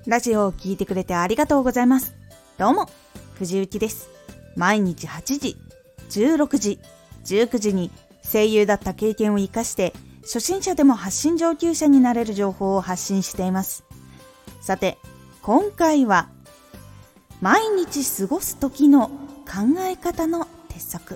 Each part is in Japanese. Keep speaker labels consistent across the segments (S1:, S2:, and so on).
S1: ラジオを聞いてくれてありがとうございます。どうも、藤幸です。毎日8時、16時、19時に声優だった経験を生かして初心者でも発信上級者になれる情報を発信しています。さて、今回は毎日過ごす時の考え方の鉄則。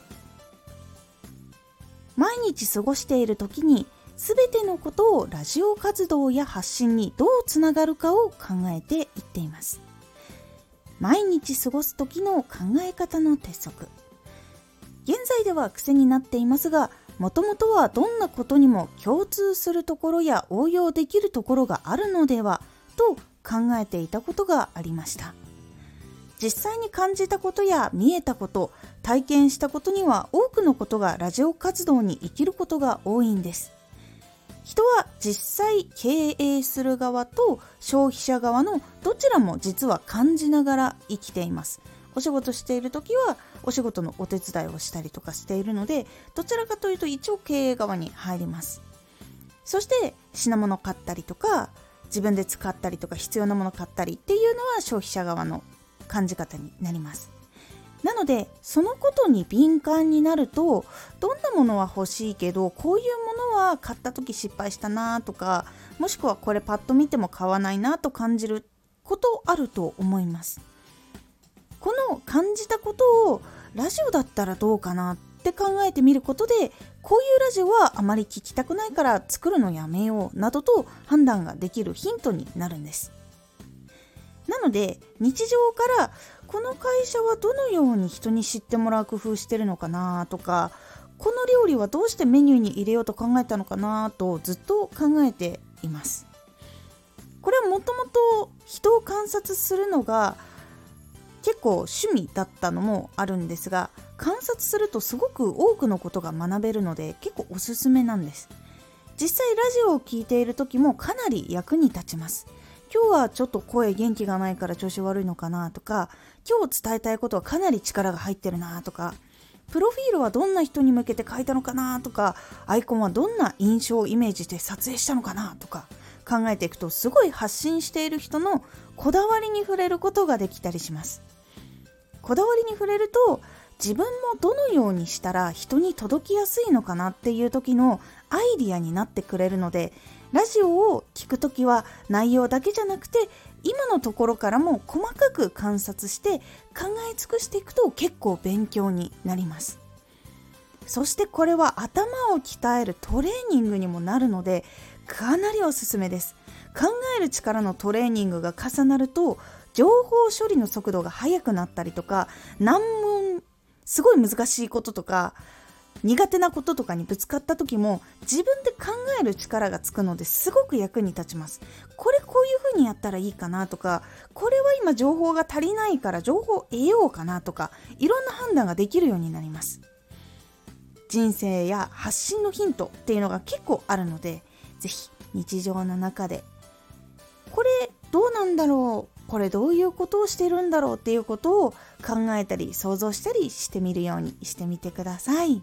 S1: 毎日過ごしている時にすべてのことをラジオ活動や発信にどうつながるかを考えていっています。毎日過ごす時の考え方の鉄則。現在では癖になっていますが、もともとはどんなことにも共通するところや応用できるところがあるのではと考えていたことがありました。実際に感じたことや見えたこと、体験したことには多くのことがラジオ活動に生きることが多いんです。人は実際経営する側と消費者側のどちらも実は感じながら生きています。お仕事している時はお仕事のお手伝いをしたりとかしているので、どちらかというと一応経営側に入ります。そして品物買ったりとか自分で使ったりとか必要なもの買ったりっていうのは消費者側の感じ方になります。なのでそのことに敏感になると、どんなものは欲しいけどこういうものは買った時失敗したなとか、もしくはこれパッと見ても買わないなと感じることあると思います。この感じたことをラジオだったらどうかなって考えてみることで、こういうラジオはあまり聞きたくないから作るのやめようなどと判断ができるヒントになるんです。なので日常からこの会社はどのように人に知ってもらう工夫してるのかなとか、この料理はどうしてメニューに入れようと考えたのかなとずっと考えています。これはもともと人を観察するのが結構趣味だったのもあるんですが、観察するとすごく多くのことが学べるので結構おすすめなんです。実際ラジオを聞いている時もかなり役に立ちます。今日はちょっと声元気がないから調子悪いのかなとか、今日伝えたいことはかなり力が入ってるなとか、プロフィールはどんな人に向けて書いたのかなとか、アイコンはどんな印象をイメージして撮影したのかなとか考えていくと、すごい発信している人のこだわりに触れることができたりします。こだわりに触れると、自分もどのようにしたら人に届きやすいのかなっていう時のアイディアになってくれるので、ラジオを聞くときは内容だけじゃなくて今のところからも細かく観察して考え尽くしていくと結構勉強になります。そしてこれは頭を鍛えるトレーニングにもなるのでかなりおすすめです。考える力のトレーニングが重なると情報処理の速度が速くなったりとか、難問、すごい難しいこととか苦手なこととかにぶつかった時も自分で考える力がつくのですごく役に立ちます。これこういう風にやったらいいかなとか、これは今情報が足りないから情報を得ようかなとか、いろんな判断ができるようになります。人生や発信のヒントっていうのが結構あるので、ぜひ日常の中でこれどうなんだろう、これどういうことをしてるんだろうっていうことを考えたり想像したりしてみるようにしてみてください。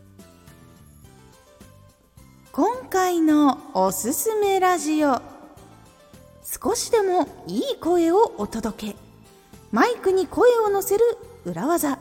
S1: 今回のおすすめラジオ、少しでもいい声をお届け、マイクに声を乗せる裏技。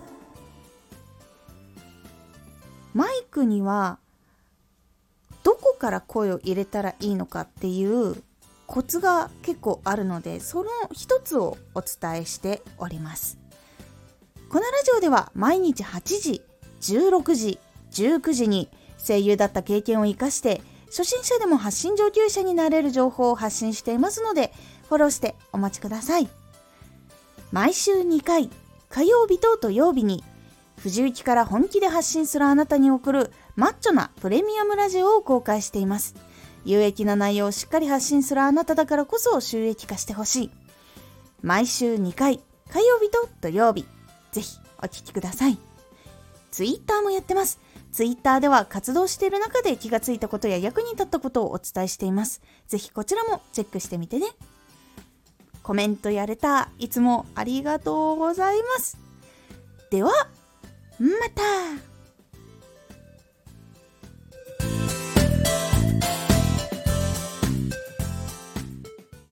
S1: マイクにはどこから声を入れたらいいのかっていうコツが結構あるので、その一つをお伝えしております。このラジオでは毎日8時、16時、19時に声優だった経験を生かして初心者でも発信上級者になれる情報を発信していますので、フォローしてお待ちください。毎週2回、火曜日と土曜日に藤雪から本気で発信するあなたに送るマッチョなプレミアムラジオを公開しています。有益な内容をしっかり発信するあなただからこそ収益化してほしい。毎週2回、火曜日と土曜日、ぜひお聞きください。ツイッターもやってます。ツイッターでは活動している中で気がついたことや役に立ったことをお伝えしています。ぜひこちらもチェックしてみてね。コメントやレターいつもありがとうございます。ではまた。